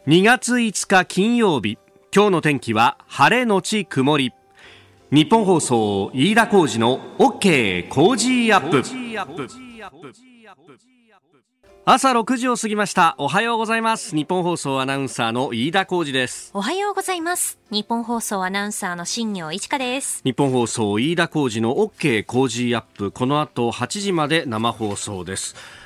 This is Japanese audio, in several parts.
2月5日金曜日、今日の天気は晴れのち曇り。日本放送飯田浩司の OK コージーアップ。朝6時を過ぎました。おはようございます。日本放送アナウンサーの飯田浩司です。 おはようございます。日本放送アナウンサーの新業一華です。 日本放送飯田浩司の OK コージーアップ、この後8時まで生放送です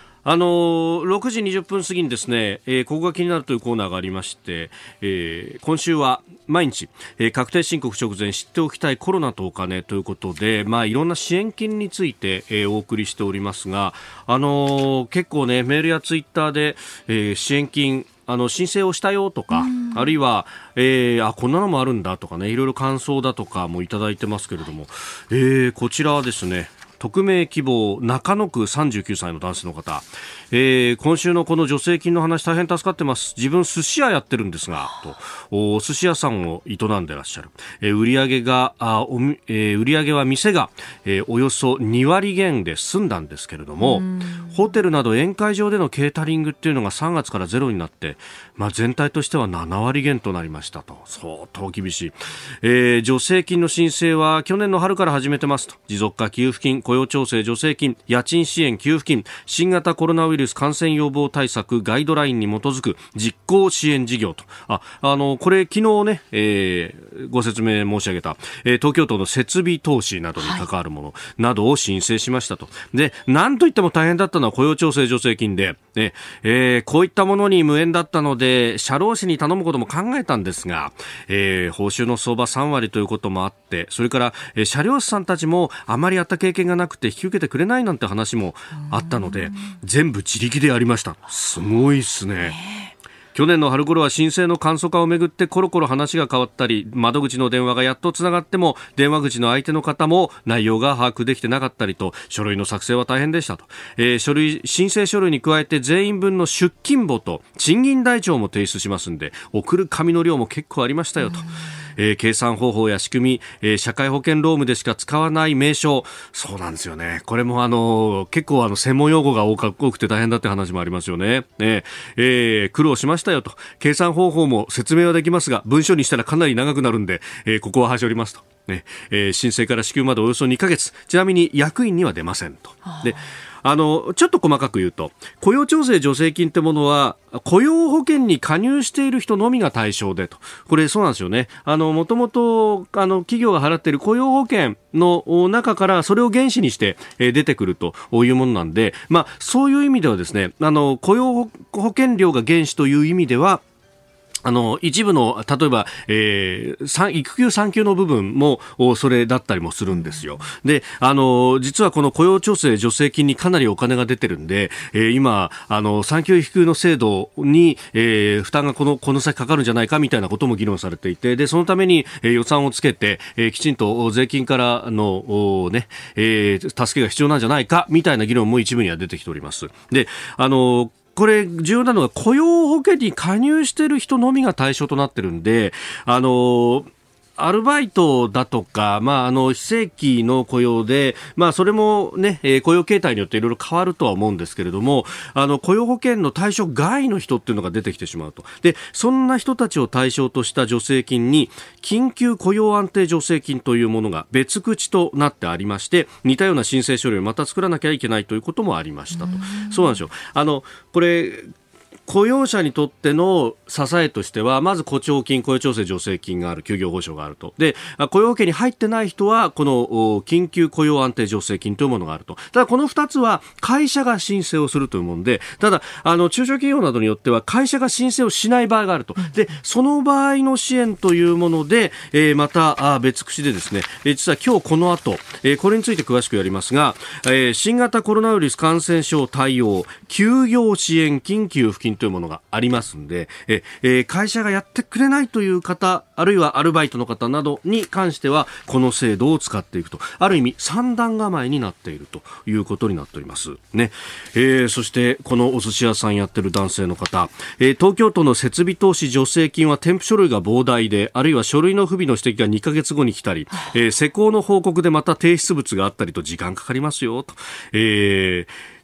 。6時20分過ぎにですね、ここが気になるというコーナーがありまして、今週は毎日、確定申告直前知っておきたいコロナとお金ということで、いろんな支援金について、お送りしておりますが、結構ね、メールやツイッターで、支援金申請をしたよとか、あるいは、こんなのもあるんだとかね、いろいろ感想だとかもいただいてますけれども、こちらはですね、匿名希望中野区39歳の男性の方、今週のこの助成金の話大変助かってます。自分寿司屋やってるんですがと、お寿司屋さんを営んでらっしゃる。売上は店が、およそ2割減で済んだんですけれども、ホテルなど宴会場でのケータリングっていうのが3月からゼロになって、全体としては7割減となりましたと。相当厳しい。助成金の申請は去年の春から始めてますと。持続化給付金、雇用調整助成金、家賃支援給付金、新型コロナウイルス感染予防対策ガイドラインに基づく実行支援事業と。これ昨日ね、ご説明申し上げた、東京都の設備投資などに関わるものなどを申請しましたと。で、なんといっても大変だったのは雇用調整助成金で、こういったものに無縁だったので社労士に頼むことも考えたんですが、報酬の相場3割ということもあって、それから、社労士さんたちもあまりやった経験がなくて引き受けてくれないなんて話もあったので、全部自力でやりました。すごいですね。去年の春頃は申請の簡素化をめぐってコロコロ話が変わったり、窓口の電話がやっとつながっても電話口の相手の方も内容が把握できてなかったりと、書類の作成は大変でしたと。申請書類に加えて全員分の出勤簿と賃金台帳も提出しますんで、送る紙の量も結構ありましたよと。計算方法や仕組み、社会保険労務でしか使わない名称、そうなんですよね。これも結構専門用語が多くて大変だって話もありますよね。苦労しましたよと。計算方法も説明はできますが文書にしたらかなり長くなるんで、ここは端折りますと、申請から支給までおよそ2ヶ月、ちなみに役員には出ませんと。で、ちょっと細かく言うと、雇用調整助成金ってものは雇用保険に加入している人のみが対象でと。これそうなんですよね。もともと企業が払っている雇用保険の中からそれを原資にして出てくるというものなんで、そういう意味ではですね、雇用保険料が原資という意味では一部の例えば、育休産休の部分もそれだったりもするんですよ。で、実はこの雇用調整助成金にかなりお金が出てるんで、今産休育休の制度に、負担がこの先かかるんじゃないかみたいなことも議論されていて、でそのために、予算をつけて、きちんと税金からの助けが必要なんじゃないかみたいな議論も一部には出てきております。で、これ重要なのが雇用保険に加入している人のみが対象となってるんで、アルバイトだとか、非正規の雇用で、それもね、雇用形態によっていろいろ変わるとは思うんですけれども、雇用保険の対象外の人っていうのが出てきてしまうと。で、そんな人たちを対象とした助成金に、緊急雇用安定助成金というものが別口となってありまして、似たような申請書類をまた作らなきゃいけないということもありましたと。そうなんですよ。これ、雇用者にとっての支えとしては、まず雇調金、雇用調整助成金がある、休業保障があると。で、雇用保険に入ってない人はこの緊急雇用安定助成金というものがあると。ただこの2つは会社が申請をするというもので、ただ中小企業などによっては会社が申請をしない場合があると。で、その場合の支援というもので、また別口でですね、実は今日この後、これについて詳しくやりますが、新型コロナウイルス感染症対応休業支援金給付金というものがありますんで、会社がやってくれないという方、あるいはアルバイトの方などに関してはこの制度を使っていくと、ある意味三段構えになっているということになっておりますね。そしてこのお寿司屋さんやってる男性の方、東京都の設備投資助成金は添付書類が膨大で、あるいは書類の不備の指摘が2ヶ月後に来たり、施工の報告でまた提出物があったりと時間かかりますよと。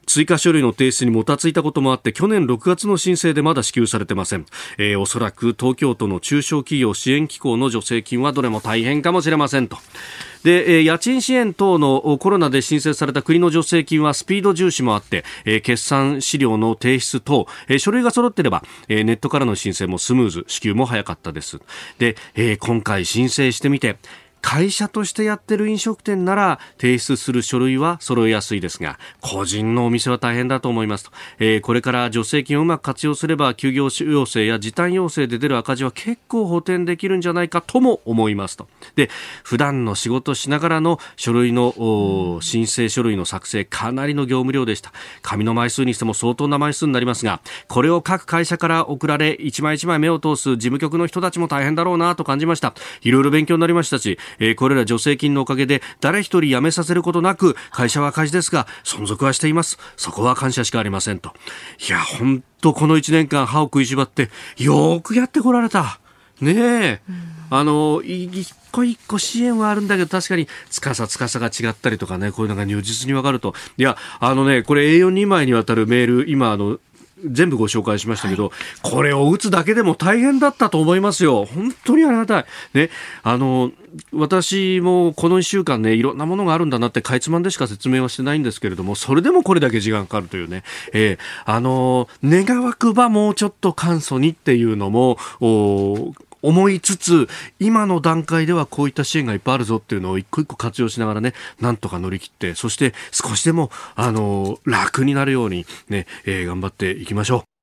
追加書類の提出にもたついたこともあって去年6月の申請でまだ支給されてません。おそらく東京都の中小企業支援機構の助成金はどれも大変かもしれませんと。で、家賃支援等のコロナで申請された国の助成金はスピード重視もあって、決算資料の提出等、書類が揃っていれば、ネットからの申請もスムーズ、支給も早かったです。で、今回申請してみて会社としてやってる飲食店なら提出する書類は揃いやすいですが、個人のお店は大変だと思いますと。これから助成金をうまく活用すれば休業要請や時短要請で出る赤字は結構補填できるんじゃないかとも思いますと。で、普段の仕事しながらの書類の申請書類の作成、かなりの業務量でした。紙の枚数にしても相当な枚数になりますが、これを各会社から送られ一枚一枚目を通す事務局の人たちも大変だろうなと感じました。いろいろ勉強になりましたし、これら助成金のおかげで誰一人辞めさせることなく会社は赤字ですが存続はしています。そこは感謝しかありませんと。いや本当この1年間歯を食いしばってよくやってこられたねえ。一個一個支援はあるんだけど確かに司が違ったりとかね、こういうのが如実に分かると。いやこれ A42 枚にわたるメール今全部ご紹介しましたけど、これを打つだけでも大変だったと思いますよ。本当にありがたい。ね、私もこの1週間ね、いろんなものがあるんだなってかいつまんでしか説明はしてないんですけれども、それでもこれだけ時間かかるというね、願わくばもうちょっと簡素にっていうのも思いつつ、今の段階ではこういった支援がいっぱいあるぞっていうのを一個一個活用しながらね、なんとか乗り切って、そして少しでも楽になるようにね、頑張っていきましょう。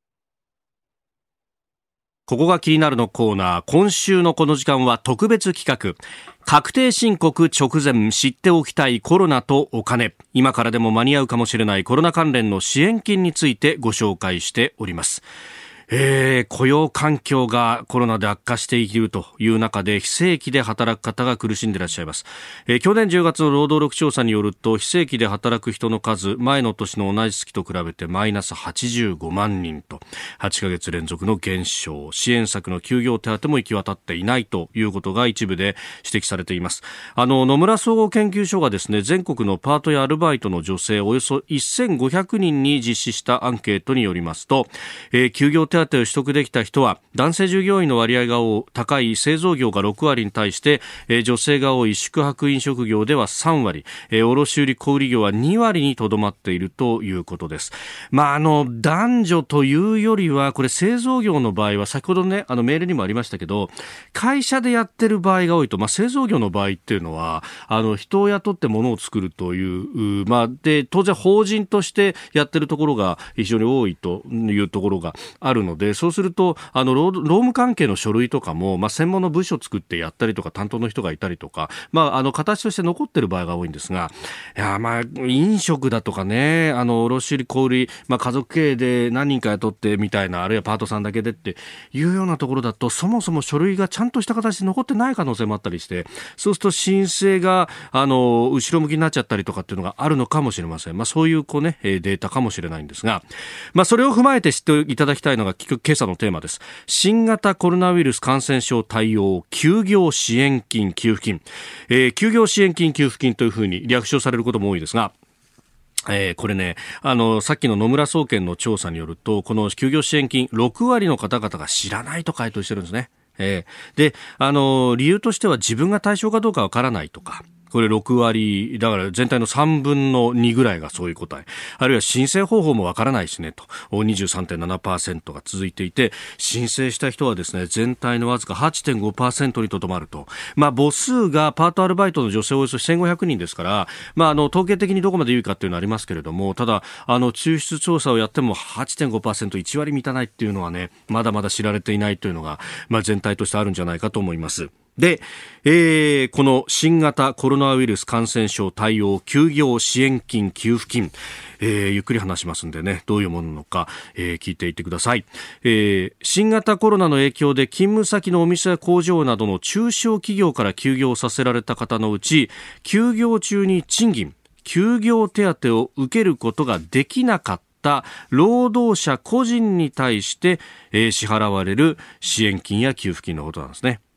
ここが気になるのコーナー。今週のこの時間は特別企画、確定申告直前知っておきたいコロナとお金。今からでも間に合うかもしれないコロナ関連の支援金についてご紹介しております。雇用環境がコロナで悪化しているという中で非正規で働く方が苦しんでいらっしゃいます。去年10月の労働力調査によると非正規で働く人の数、前の年の同じ月と比べてマイナス85万人と8ヶ月連続の減少。支援策の休業手当も行き渡っていないということが一部で指摘されています。野村総合研究所がですね、全国のパートやアルバイトの女性およそ1500人に実施したアンケートによりますと、休業手当を取得できた人は男性従業員の割合が高い製造業が6割に対して、女性が多い宿泊飲食業では3割、卸売小売業は2割にとどまっているということです。男女というよりはこれ製造業の場合は先ほどねメールにもありましたけど、会社でやってる場合が多いと、製造業の場合っていうのは人を雇って物を作るという、で当然法人としてやってるところが非常に多いというところがあるので、そうすると労務関係の書類とかも、専門の部署を作ってやったりとか担当の人がいたりとか、形として残っている場合が多いんですが、飲食だとかね、卸売小売、家族経営で何人か雇ってみたいな、あるいはパートさんだけでっていうようなところだと、そもそも書類がちゃんとした形で残ってない可能性もあったりして、そうすると申請が後ろ向きになっちゃったりとかっていうのがあるのかもしれません。そういうデータかもしれないんですが、それを踏まえて知っていただきたいのが今朝のテーマです。新型コロナウイルス感染症対応休業支援金給付金、休業支援金給付金というふうに略称されることも多いですが、これね、さっきの野村総研の調査によると、この休業支援金6割の方々が知らないと回答してるんですね。で、理由としては自分が対象かどうかわからないとか、これ6割だから全体の3分の2ぐらいがそういう答え、あるいは申請方法もわからないしねと 23.7% が続いていて、申請した人はですね全体のわずか 8.5% にとどまると。母数がパートアルバイトの女性およそ1500人ですから、統計的にどこまで有意かっていうのはありますけれども、ただ抽出調査をやっても 8.5%、 1割満たないっていうのはね、まだまだ知られていないというのが、全体としてあるんじゃないかと思います。で、この新型コロナウイルス感染症対応休業支援金給付金、ゆっくり話しますんでね、どういうものなのか、聞いていってください。新型コロナの影響で勤務先のお店や工場などの中小企業から休業させられた方のうち、休業中に賃金、休業手当を受けることができなかった労働者個人に対して、支払われる支援金や給付金のことなんですね。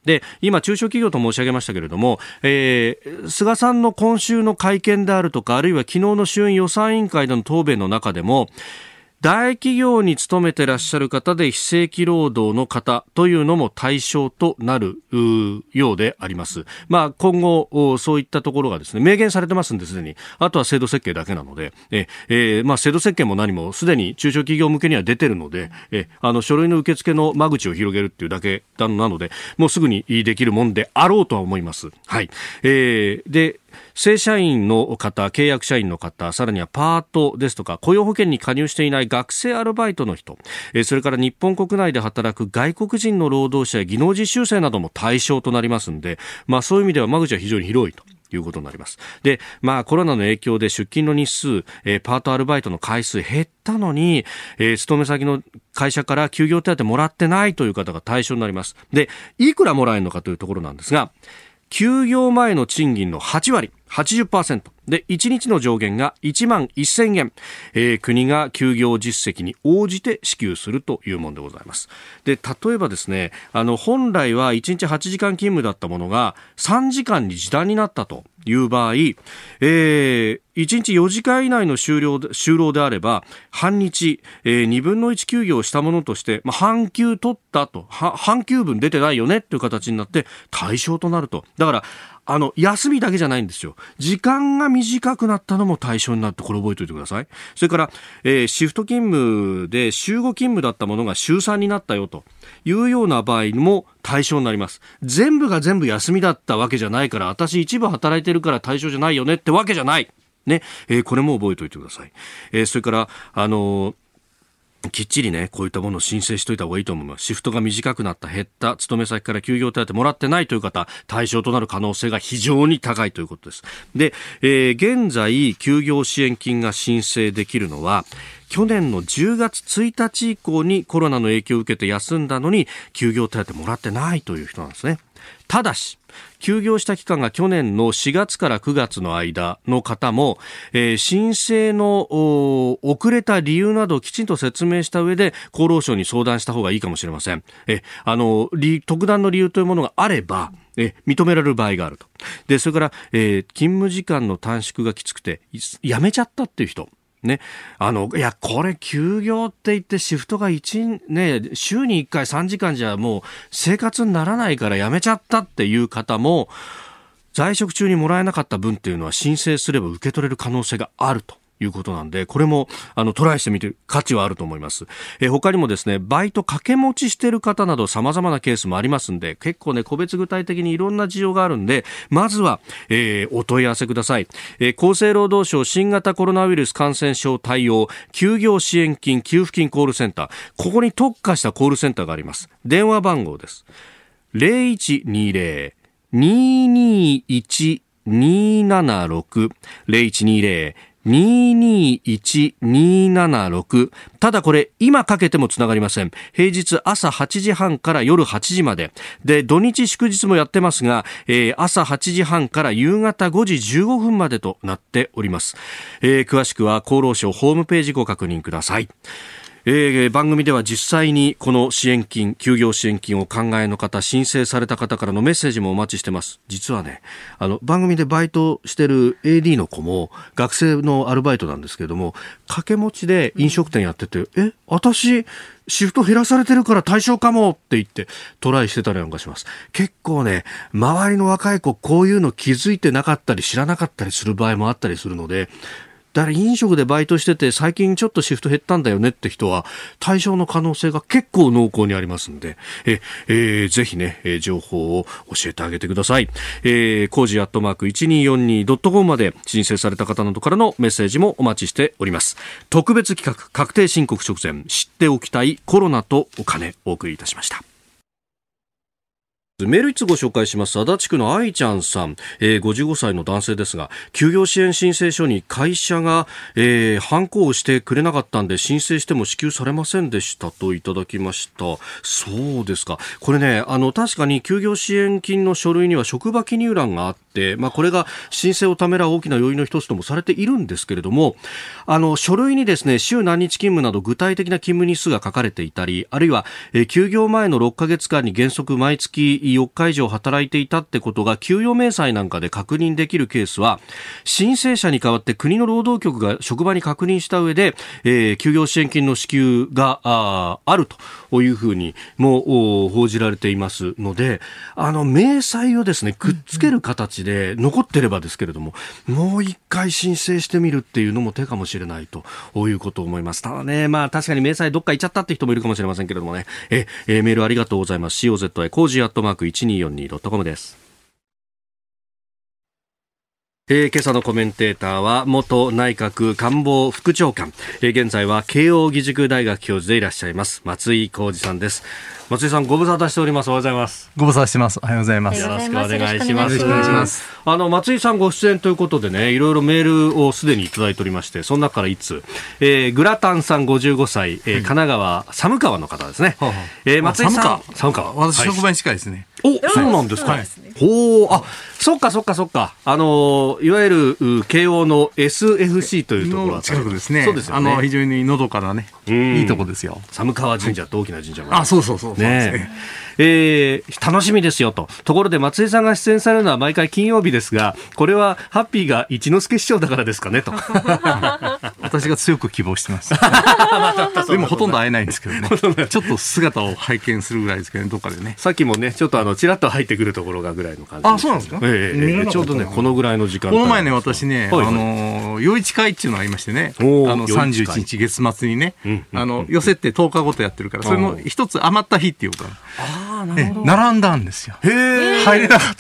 で、今中小企業と申し上げましたけれども、菅さんの今週の会見であるとか、あるいは昨日の衆院予算委員会での答弁の中でも、大企業に勤めてらっしゃる方で非正規労働の方というのも対象となるようであります。今後そういったところがですね、明言されてますんですでに、あとは制度設計だけなので、制度設計も何もすでに中小企業向けには出てるので、書類の受付の間口を広げるっていうだけなので、もうすぐにできるもんであろうとは思います。はい。で、正社員の方、契約社員の方、さらにはパートですとか雇用保険に加入していない学生アルバイトの人、それから日本国内で働く外国人の労働者や技能実習生なども対象となりますので、そういう意味では間口は非常に広いということになります。で、コロナの影響で出勤の日数、パートアルバイトの回数減ったのに、勤め先の会社から休業手当もらってないという方が対象になります。で、いくらもらえるのかというところなんですが、休業前の賃金の8割、80% で、1日の上限が1万1000円、国が休業実績に応じて支給するというものでございます。で、例えばですね、本来は1日8時間勤務だったものが3時間に時短になったという場合、1日4時間以内の就労であれば、半日、2分の1休業したものとして、半休取ったと、半休分出てないよねっていう形になって対象となると。だから、休みだけじゃないんですよ。時間が短くなったのも対象になって、これ覚えておいてください。それから、シフト勤務で週5勤務だったものが週3になったよというような場合も対象になります。全部が全部休みだったわけじゃないから、私一部働いてるから対象じゃないよねってわけじゃない。ね。これも覚えておいてください。それから、きっちりね、こういったものを申請しておいた方がいいと思います。シフトが短くなった、減った、勤め先から休業手当もらってないという方、対象となる可能性が非常に高いということです。で、現在、休業支援金が申請できるのは、去年の10月1日以降にコロナの影響を受けて休んだのに、休業手当もらってないという人なんですね。ただし、休業した期間が去年の4月から9月の間の方も、申請の遅れた理由などをきちんと説明した上で厚労省に相談した方がいいかもしれません。特段の理由というものがあれば認められる場合があると。で、それから、勤務時間の短縮がきつくて辞めちゃったっていう人ね、これ休業って言ってシフトが週に1回3時間じゃもう生活にならないから辞めちゃったっていう方も、在職中にもらえなかった分っていうのは申請すれば受け取れる可能性があるということなんで、これもトライしてみて価値はあると思います。他にもですね、バイト掛け持ちしている方など様々なケースもありますんで、結構ね、個別具体的にいろんな事情があるんで、まずは、お問い合わせください。厚生労働省新型コロナウイルス感染症対応休業支援金給付金コールセンター、ここに特化したコールセンターがあります。電話番号です。0120-221-276 0120-221-276。ただこれ今かけてもつながりません。平日朝8時半から夜8時までで、土日祝日もやってますが、朝8時半から夕方5時15分までとなっております。詳しくは厚労省ホームページご確認ください。番組では実際にこの支援金、休業支援金をお考えの方、申請された方からのメッセージもお待ちしてます。実はね、番組でバイトしてる AD の子も学生のアルバイトなんですけれども、掛け持ちで飲食店やってて、私シフト減らされてるから対象かもって言ってトライしてたりなんかします。結構ね、周りの若い子こういうの気づいてなかったり知らなかったりする場合もあったりするので、だから飲食でバイトしてて最近ちょっとシフト減ったんだよねって人は対象の可能性が結構濃厚にありますんで、ぜひね、情報を教えてあげてください。cozy@1242.com まで申請された方などからのメッセージもお待ちしております。特別企画、確定申告直前知っておきたいコロナとお金、お送りいたしました。メール1つご紹介します。足立区の愛ちゃんさん、55歳の男性ですが、休業支援申請書に会社が、ハンコをしてくれなかったんで申請しても支給されませんでしたといただきました。そうですか。これね、確かに休業支援金の書類には職場記入欄があって、 、これが申請をためらう大きな要因の一つともされているんですけれども、書類にですね、週何日勤務など具体的な勤務日数が書かれていたり、あるいは、休業前の6ヶ月間に原則毎月4日以上働いていたってことが給与明細なんかで確認できるケースは、申請者に代わって国の労働局が職場に確認した上で、休業支援金の支給があるというふうにも報じられていますので、明細をですねくっつける形で残ってればですけれども、もう一回申請してみるっていうのも手かもしれないということを思います。ただね、確かに明細どっか行っちゃったって人もいるかもしれませんけれどもね、メールありがとうございます。 COZY コージー@1242.com です。今朝のコメンテーターは元内閣官房副長官、現在は慶応義塾大学教授でいらっしゃいます松井浩二さんです。松井さん、ご無沙汰しております。おはようございます。 ご無沙汰してます。おはようございます。 よろしくお願いします。 よろしくお願いします。 松井さんご出演ということでね、いろいろメールをすでにいただいておりまして、その中から一通、グラタンさん55歳、神奈川寒川の方ですね。松井さん、寒川、 私職場に近いですね。 そうなんですか。そっか。いわゆる慶応の SFC というところ近くですね。 そうですよね。 非常にのどかなね、いいとこですよ。 寒川神社って大きな神社がある。 そうね。 楽しみですよと。ところで松井さんが出演されるのは毎回金曜日ですが、これはハッピーが一之輔師匠だからですかねと。 私が強く希望してます。でもほとんど会えないんですけどね。ちょっと姿を拝見するぐらいですけどね、どっかでね。 さっきもね、ちょっとちらっと入ってくるところがぐらいの感じ。 そうなんですか。 ちょうどね、このぐらいの時間。 この前ね、私ね、夜市会っていうのがありましてね、31日月末にね、寄せって10日ごとやってるから、それの一つ余った日っていうか、並んだんですよ。入れなかった。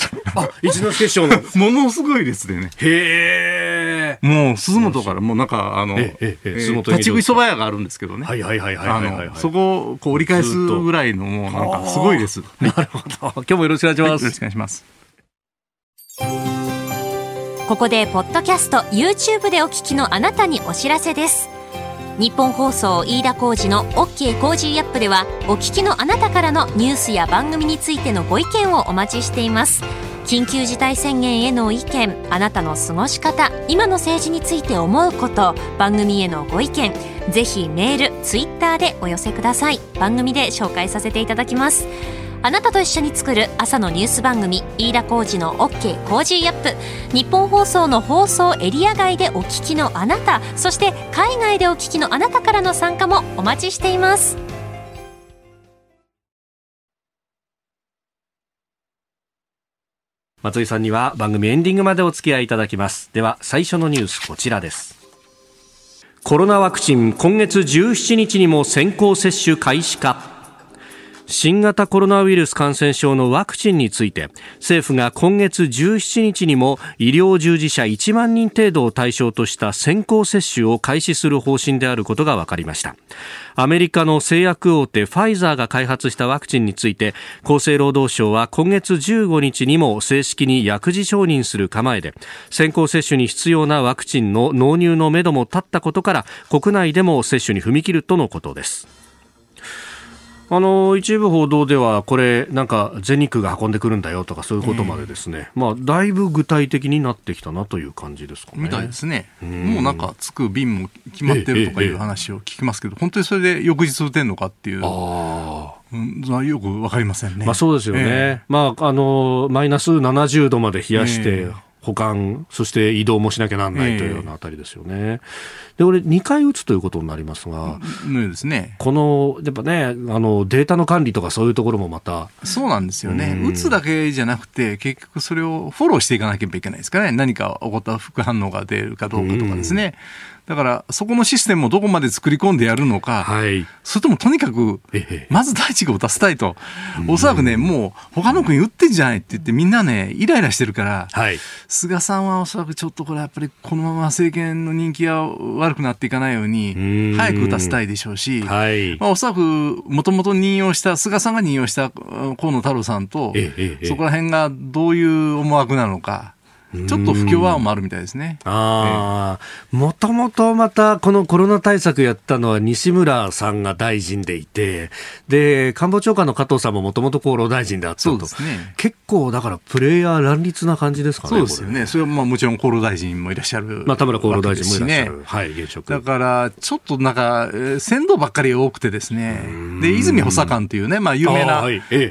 一之輔師匠のものすごい列でね。もう鈴本からもうなんか立ち食いそば屋があるんですけどね。そこをこう折り返すぐらいのもうなんかすごいです。 なるほど。今日もよろしくお願いします。 よろしくお願いします。 ここでポッドキャスト YouTube でお聞きのあなたにお知らせです。日本放送飯田浩司の OK コージーアップでは、お聞きのあなたからのニュースや番組についてのご意見をお待ちしています。緊急事態宣言への意見、あなたの過ごし方、今の政治について思うこと、番組へのご意見、ぜひメール、ツイッターでお寄せください。番組で紹介させていただきます。あなたと一緒に作る朝のニュース番組、飯田浩司の OK コージーアップ。日本放送の放送エリア外でお聞きのあなた、そして海外でお聞きのあなたからの参加もお待ちしています。 松井さんには番組エンディングまでお付き合いいただきます。では最初のニュース、こちらです。コロナワクチン、今月17日にも先行接種開始か。新型コロナウイルス感染症のワクチンについて、政府が今月17日にも医療従事者1万人程度を対象とした先行接種を開始する方針であることが分かりました。アメリカの製薬大手ファイザーが開発したワクチンについて、厚生労働省は今月15日にも正式に薬事承認する構えで、先行接種に必要なワクチンの納入のめども立ったことから、国内でも接種に踏み切るとのことです。一部報道ではこれなんか全日空が運んでくるんだよとかそういうことまでですね、だいぶ具体的になってきたなという感じですかね。 みたいですね。もうなんか着く便も決まってるとかいう話を聞きますけど、本当にそれで翌日打てんのかっていう、よくわかりませんね。 そうですよね。マイナス70度まで冷やして保管、そして移動もしなきゃなんないというようなあたりですよね。で、俺2回打つということになりますが、 ですね、 このやっぱね、データの管理とかそういうところもまたそうなんですよね。打つだけじゃなくて結局それをフォローしていかなければいけないですからね。何か起こった副反応が出るかどうかとかですね。だからそこのシステムをどこまで作り込んでやるのか、それともとにかくまず第一号を出したいと、おそらくね、もう他の国打ってんじゃないって言ってみんなねイライラしてるから、菅さんはおそらくちょっとこれやっぱりこのまま政権の人気が悪くなっていかないように早く打たせたいでしょうし、おそらくもともと任用した菅さんが任用した河野太郎さんと、そこら辺がどういう思惑なのか。 ちょっと不協和音もあるみたいですね。 もともとまたこのコロナ対策やったのは西村さんが大臣でいて、で官房長官の加藤さんももともと厚労大臣であったと。 そうですね。 結構だからプレイヤー乱立な感じですかね。 そうですよね。それはまあもちろん厚労大臣もいらっしゃる、 田村厚労大臣もいらっしゃる、はい、現職。 だからちょっとなんか船頭ばっかり多くてですね、で泉補佐官というね、まあ、有名なスー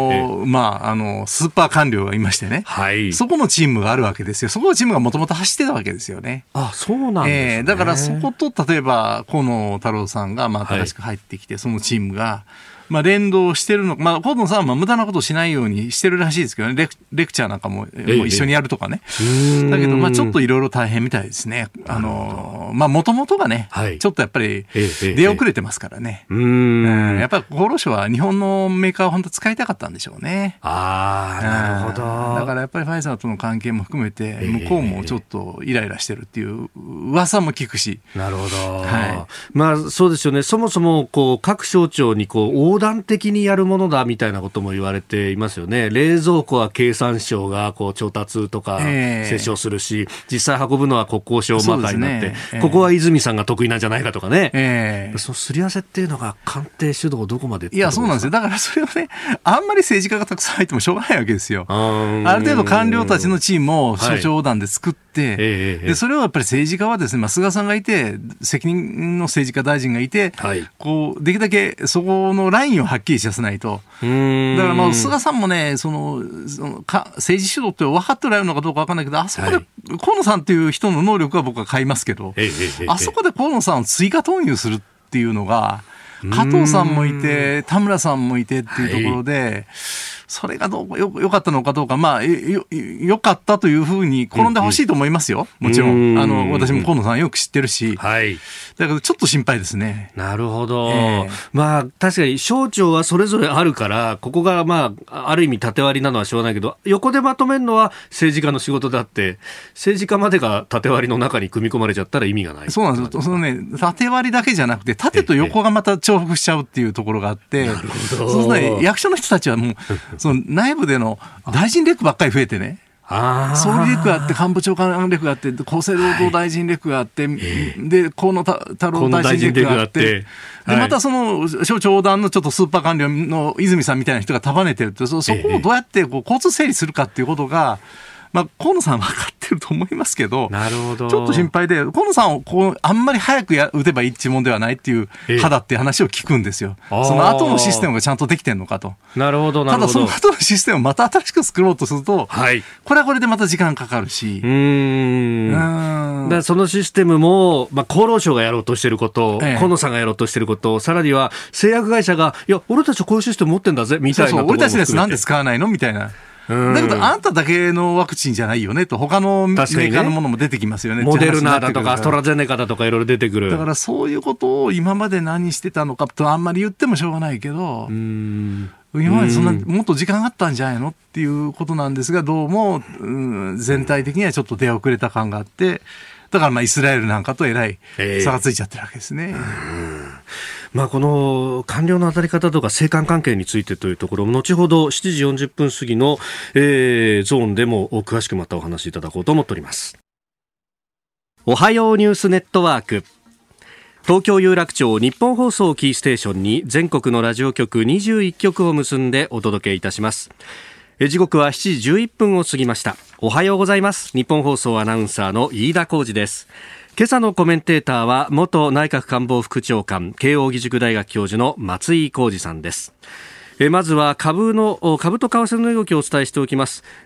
パー官僚がいましてね、はい、そこのチームがあるわけですよ。そこのチームがもともと走ってたわけですよね。 そうなんですね。 だからそこと例えば河野太郎さんがまあ新しく入ってきて、そのチームがまあ連動してるのか、まあ、河野さんはまあ無駄なことをしないようにしてるらしいですけどね、レクチャーなんかも一緒にやるとかね。だけど、まあちょっといろいろ大変みたいですね。まあもともとがね、はい、ちょっとやっぱり出遅れてますからね。やっぱり厚労省は日本のメーカーを本当使いたかったんでしょうね。 なるほど。 だからやっぱりファイザーとの関係も含めて、向こうもちょっとイライラしてるっていう噂も聞くし。 なるほど。はい。まあそうですよね。そもそもこう各省庁にこう横断的にやるものだみたいなことも言われていますよね。冷蔵庫は経産省がこう調達とか折衝するし、実際運ぶのは国交省まかになって、ここは泉さんが得意なんじゃないかとかね。そのすり合わせっていうのが官邸主導どこまでっていや、そうなんですよ。だからそれをね、あんまり政治家がたくさん入ってもしょうがないわけですよ。ある程度官僚たちのチームを省庁横断で作って、でそれをやっぱり政治家はですね、まあ、菅さんがいて責任の政治家大臣がいて、はい、こうできるだけそこのラインをはっきりさせないと。だからまあ菅さんもね、政治主導って分かっておられるのかどうか分かんないけど、あそこで河野さんっていう人の能力は僕は買いますけど、あそこで河野さんを追加投入するっていうのが、加藤さんもいて田村さんもいてっていうところで、それがよかったのかどうか、まあよかったというふうに転んでほしいと思いますよ。もちろん私も河野さんよく知ってるし、はい、だけどちょっと心配ですね。 なるほど。まあ確かに省庁はそれぞれあるから、ここがまあある意味縦割りなのはしょうがないけど、横でまとめるのは政治家の仕事であって、政治家までが縦割りの中に組み込まれちゃったら意味がない。 そうなんですよ。そのね、縦割りだけじゃなくて縦と横がまた重複しちゃうっていうところがあって、そうするとね、役所の人たちはもうその内部での大臣レクばっかり増えてね、総理レクがあって、官房長官レクがあって、厚生労働大臣レクがあって、で河野太郎大臣レクがあって、でまたその省庁横断のちょっとスーパー官僚の泉さんみたいな人が束ねてるって、そこをどうやってこう交通整理するかっていうことが、まあ、河野さんは分かってると思いますけど、 なるほど、 ちょっと心配で、河野さんをこうあんまり早く打てばいいっていうもんではないっていう肌っていう話を聞くんですよ。その後のシステムがちゃんとできてるのかと。 なるほど、なるほど。 ただその後のシステムをまた新しく作ろうとすると、はい、これはこれでまた時間かかるし。 だそのシステムも、まあ、厚労省がやろうとしてること、河野さんがやろうとしてること、さらには製薬会社が、いや、俺たちはこういうシステム持ってんだぜ、みたいなところも含めて。 俺たちです、なんで使わないのみたいな。だけどあんただけのワクチンじゃないよねと、他のメーカーのものも出てきますよね。 モデルナだとかアストラゼネカだとかいろいろ出てくる。 だからそういうことを今まで何してたのかとあんまり言ってもしょうがないけど、今までそんなもっと時間があったんじゃないのっていうことなんですが、どうも全体的にはちょっと出遅れた感があって、だからまあイスラエルなんかとえらい差がついちゃってるわけですね。 まあ、この官僚の当たり方とか政官関係についてというところも後ほど7時40分過ぎの、ゾーンでも詳しくまたお話しいただこうと思っております。おはようニュースネットワーク、東京有楽町日本放送キーステーションに全国のラジオ局21局を結んでお届けいたします。時刻は7時11分を過ぎました。おはようございます。日本放送アナウンサーの飯田浩司です。今朝のコメンテーターは元内閣官房副長官、慶應義塾大学教授の松井浩司さんです。まずは株と為替の動きをお伝えしておきます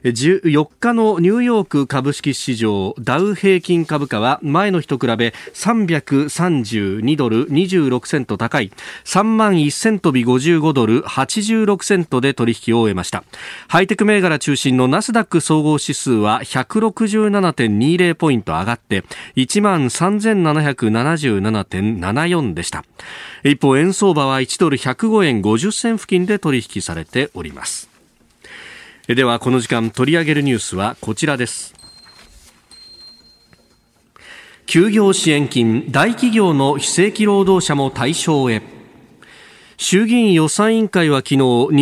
。14日のニューヨーク株式市場ダウ平均株価は前の日と比べ332ドル26セント高い 31,000 飛び55ドル86セントで取引を終えました。ハイテク銘柄中心のナスダック総合指数は 167.20 ポイント上がって 13,777.74 でした。一方円相場は1ドル105円50銭付近で取引されております。ではこの時間取り上げるニュースはこちらです。休業支援金、大企業の非正規労働者も対象へ。 衆議院予算委員会は昨日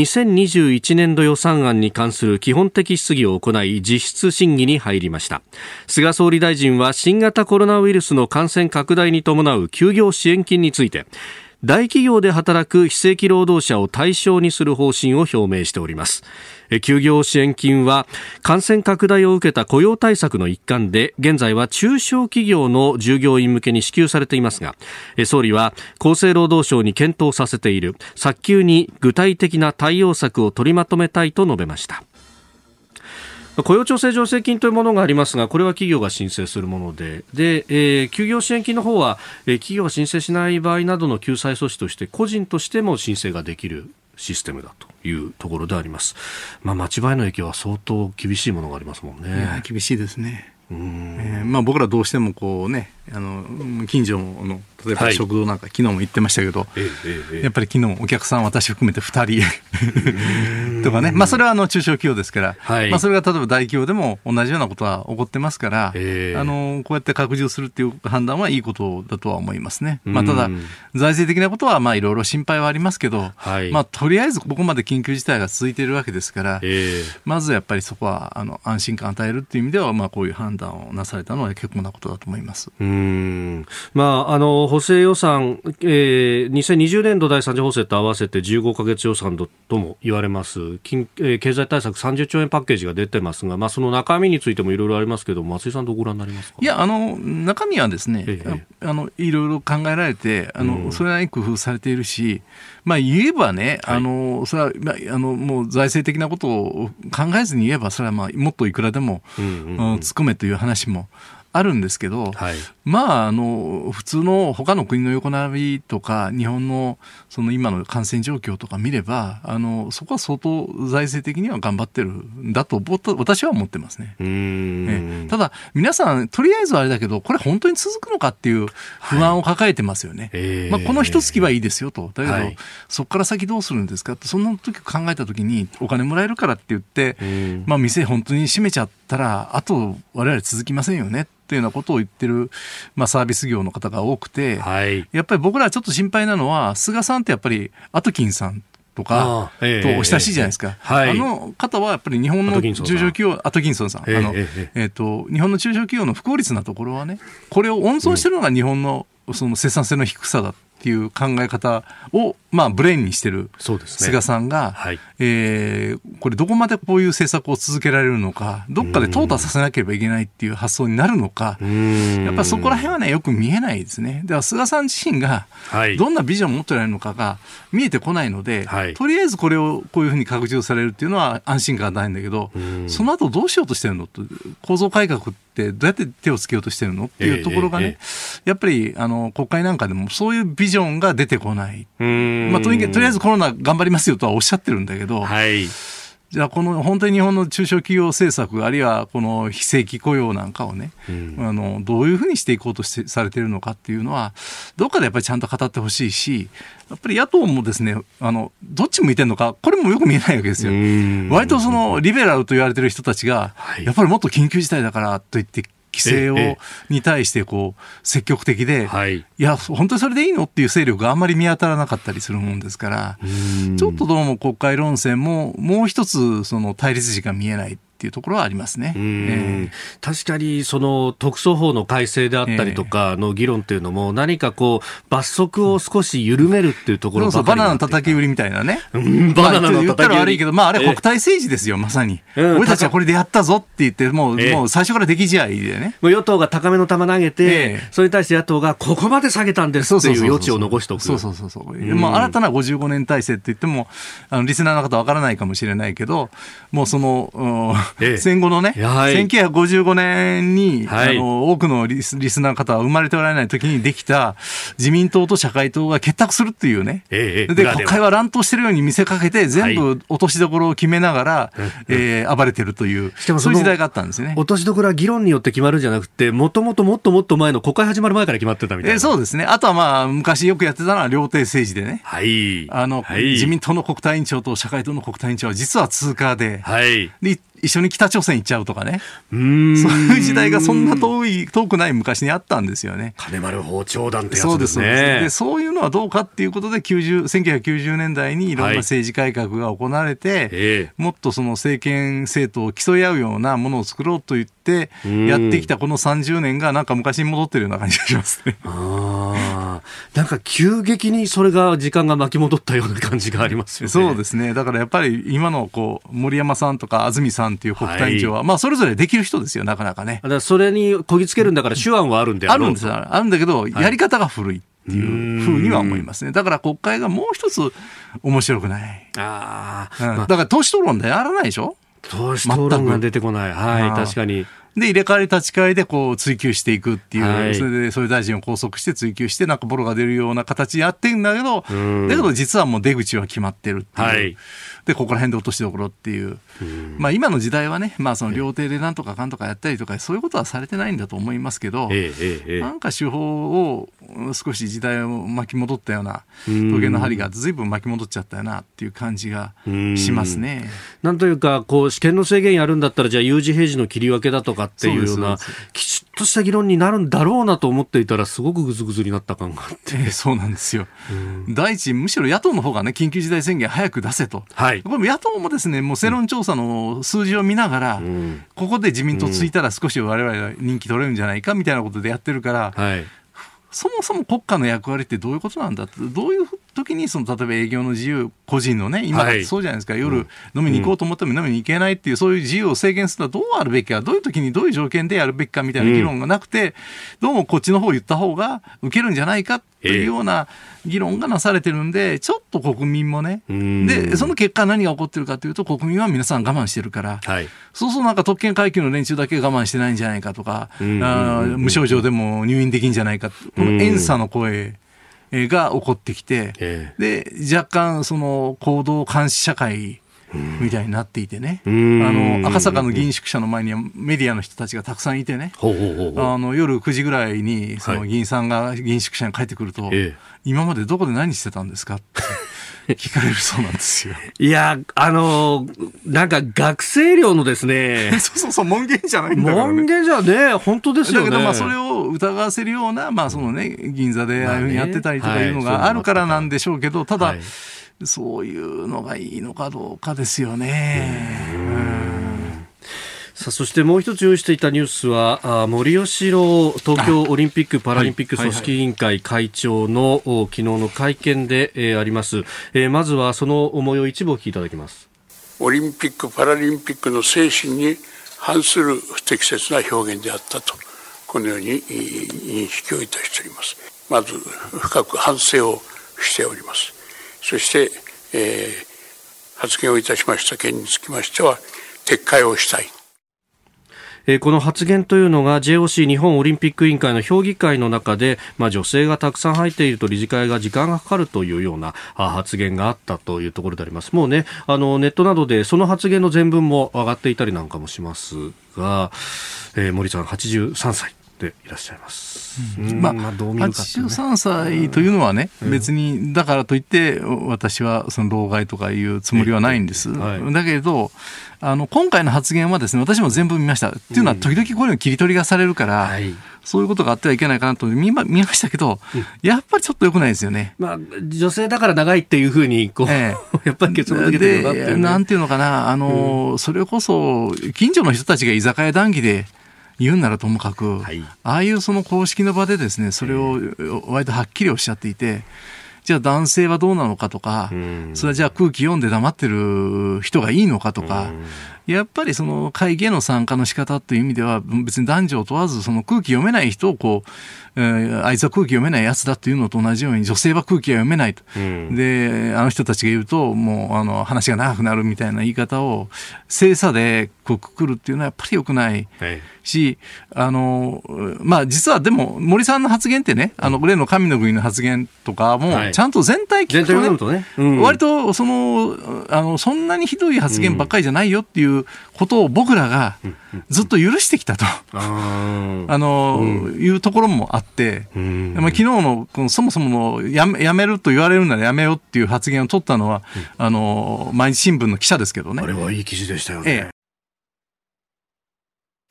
2021年度予算案に関する基本的質疑を行い実質審議に入りました。菅総理大臣は新型コロナウイルスの感染拡大に伴う休業支援金について大企業で働く非正規労働者を対象にする方針を表明しております。休業支援金は感染拡大を受けた雇用対策の一環で現在は中小企業の従業員向けに支給されていますが、総理は厚生労働省に検討させている早急に具体的な対応策を取りまとめたいと述べました。雇用調整助成金というものがありますが、これは企業が申請するもので、休業支援金の方は、企業が申請しない場合などの救済措置として個人としても申請ができるシステムだというところであります。待ち場への影響は相当厳しいものがありますもんね。 いや厳しいですね。僕らどうしてもこうね、近所の例えば食堂なんか、昨日も言ってましたけど、やっぱり昨日お客さん私含めて2人とかね、それは中小企業ですから、それが例えば大企業でも同じようなことは起こってますから、こうやって拡充するっていう判断はいいことだとは思いますね。ただ財政的なことはいろいろ心配はありますけど、とりあえずここまで緊急事態が続いているわけですから、まずやっぱりそこは安心感を与えるっていう意味では、こういう判断をなされたのは結構なことだと思います。 補正予算、2020年度第3次補正と合わせて15ヶ月予算とも言われます経済対策30兆円パッケージが出てますが、その中身についてもいろいろありますけど、松井さんどうご覧になりますか？ いや中身はですね、いろいろ考えられてそれなりに工夫されているし、言えばね、それはもう財政的なことを考えずに言えばそれはもっといくらでも突っ込めという話もあるんですけど、普通の他の国の横並びとか日本のその今の感染状況とか見ればそこは相当財政的には頑張ってるんだと私は思ってますね。ただ皆さんとりあえずあれだけどこれ本当に続くのかっていう不安を抱えてますよね。この一月はいいですよと。だけど、そこから先どうするんですかってそんな時考えた時にお金もらえるからって言って、店本当に閉めちゃったらあと我々続きませんよねというようなことを言ってる、サービス業の方が多くて、やっぱり僕らちょっと心配なのは菅さんってやっぱりアトキンさんとかとお親しいじゃないですか。方はやっぱり日本の中小企業アトキンソンさん日本の中小企業の不効率なところはね、これを温存してるのが日本のその生産性の低さだっていう考え方をブレーンにしてる菅さんが、これどこまでこういう政策を続けられるのか、どっかで淘汰させなければいけないっていう発想になるのか、やっぱりそこら辺はねよく見えないですね。だから菅さん自身がどんなビジョンを持っておられるのかが見えてこないので、とりあえずこれをこういうふうに拡充されるっていうのは安心感がないんだけど、その後どうしようとしてるのと、構造改革ってどうやって手をつけようとしてるのっていうところがね、やっぱり国会なんかでもそういうビジョンが出てこない。とりあえずコロナ頑張りますよとはおっしゃってるんだけど、じゃあこの本当に日本の中小企業政策あるいはこの非正規雇用なんかをね、どういうふうにしていこうとされているのかっていうのはどっかでやっぱりちゃんと語ってほしいし、やっぱり野党もですねどっち向いてるのかこれもよく見えないわけですよ。割とそのリベラルと言われている人たちが、やっぱりもっと緊急事態だからと言って規制に対して積極的で、いや本当にそれでいいのっていう勢力があんまり見当たらなかったりするもんですから、ちょっとどうも国会論戦ももう一つその対立軸が見えないっていうところはありますね。 確かにその特措法の改正であったりとかの議論っていうのも何か罰則を少し緩めるっていうところばかりバナナの叩き売りみたいなね。 バナナの叩き売り、 言ったら悪いけど、あれ国対政治ですよまさに。俺たちはこれでやったぞって言ってもう最初から出来試合でね。 与党が高めの球投げて、それに対して野党がここまで下げたんですっていう余地を残しておく。新たな55年体制って言ってもリスナーの方は分からないかもしれないけど、もうその戦後のね、1955年に、多くのリスナーの方は生まれておられない時にできた自民党と社会党が結託するっていうね、で国会は乱闘してるように見せかけて全部落としどころを決めながら、暴れてるというそういう時代があったんですね。 落としどころは議論によって決まるんじゃなくて、もともともっと前の国会始まる前から決まってたみたいな。 そうですね。あとは昔よくやってたのは料亭政治でね、自民党の国対委員長と社会党の国対委員長は実は通過で、一緒緒に北朝鮮行っちゃうとかね、そういう時代がそんな遠くない昔にあったんですよね。 金丸包丁団ってやそうでつですすね。 でそういうのはどうかっていうことで1990年代にいろんな政治改革が行われて、もっとその政権政党を競い合うようなものを作ろうと言ってやってきたこの30年がなんか昔に戻ってるような感じがしますね。 なんか急激にそれが時間が巻き戻ったような感じがありますよね。 そうですね。だからやっぱり今の森山さんとか安住さんっていう国対委員長は、まあそれぞれできる人ですよ、なかなかね。 だからそれにこぎつけるんだから手腕はあるんであろうと。 あるんだけど、やり方が古いっていうふうには思いますね。だから国会がもう一つ面白くない。だから党首討論でやらないでしょ。 党首討論が出てこない。確かに。 で入れ替わり立ち替えで追及していくっていう、それでそういう大臣を拘束して追及してなんかボロが出るような形でやってるんだけど、だけど実はもう出口は決まってるっていう、でここら辺で落としどころっていう、まあ今の時代はね、まあその料亭でなんとかかんとかやったりとかそういうことはされてないんだと思いますけど、なんか手法を少し時代を巻き戻ったような時計の針が随分巻き戻っちゃったよなっていう感じがしますね。 なんというか試験の制限やるんだったらじゃあ有事平時の切り分けだとかっていうようなきちっとした議論になるんだろうなと思っていたらすごくぐずぐずになった感があって、 そうなんですよ。第一むしろ野党の方がね緊急事態宣言早く出せと、これも野党もですねもう世論調査の数字を見ながら、ここで自民党ついたら少し我々は人気取れるんじゃないかみたいなことでやってるから、そもそも国家の役割ってどういうことなんだって、どういう時に例えば営業の自由個人のね今だってそうじゃないですか、夜飲みに行こうと思っても飲みに行けないっていうそういう自由を制限するのはどうあるべきか、どういう時にどういう条件でやるべきかみたいな議論がなくて、どうもこっちの方を言った方が受けるんじゃないかというような議論がなされてるんで、ちょっと国民もね、でその結果何が起こってるかというと国民は皆さん我慢してるから、そうそうなんか特権階級の連中だけ我慢してないんじゃないかとか、無症状でも入院できんじゃないか、この怨佐の声が起こってきて、で若干その行動監視社会みたいになっていてね、赤坂の議員宿舎の前にはメディアの人たちがたくさんいてね、夜9時ぐらいにその議員さんが議員宿舎に帰ってくると、今までどこで何してたんですかって聞かれるそうなんですよ。 いやなんか学生寮のですねそう門限じゃないんだからね。 門限じゃね本当ですよね。 だけどそれを疑わせるようなそのね銀座でああいうふうにやってたりとかいうのがあるからなんでしょうけど、ただそういうのがいいのかどうかですよね。 さあそしてもう一つ用意していたニュースは森喜朗東京オリンピック・パラリンピック組織委員会会長の昨日の会見であります。まずはその模様一部お聞きいただきます。 オリンピック・パラリンピックの精神に反する不適切な表現であったとこのように認識をいたしております。まず深く反省をしております。そして、発言をいたしました件につきましては撤回をしたい。 この発言というのが JOC 日本オリンピック委員会の評議会の中で、女性がたくさん入っていると理事会が時間がかかるというような発言があったというところであります。もうねネットなどでその発言の全文も上がっていたりなんかもしますが、森さん83歳でいらっしゃいます。どう見るかっていうね、 83歳というのはね、別にだからといって私はその老害とかいうつもりはないんです、だけど今回の発言はですね私も全部見ました。っていうのは時々こういうの切り取りがされるから、そういうことがあってはいけないかなと見ましたけど、やっぱりちょっと良くないですよね。 女性だから長いっていうふうにやっぱり結論付けてるのかっていうね。 なんていうのかなそれこそ近所の人たちが居酒屋談義で言うならともかく、ああいうその公式の場でですねそれを割とはっきりおっしゃっていて、じゃあ男性はどうなのかとか、それはじゃあ空気読んで黙ってる人がいいのかとか、やっぱりその会議への参加の仕方という意味では別に男女を問わずその空気読めない人をあいつは空気読めないやつだというのと同じように女性は空気が読めないと、であの人たちが言うともう話が長くなるみたいな言い方を精査でくくるっていうのはやっぱり良くないし、実はでも森さんの発言ってね例の神の国の発言とかもちゃんと全体聞くとね、割とそんなにひどい発言ばっかりじゃないよっていうことを僕らがずっと許してきたというところもあって、昨日のこのそもそものやめると言われるならやめようっていう発言を取ったのは毎日新聞の記者ですけどね。 あれはいい記事でしたよね。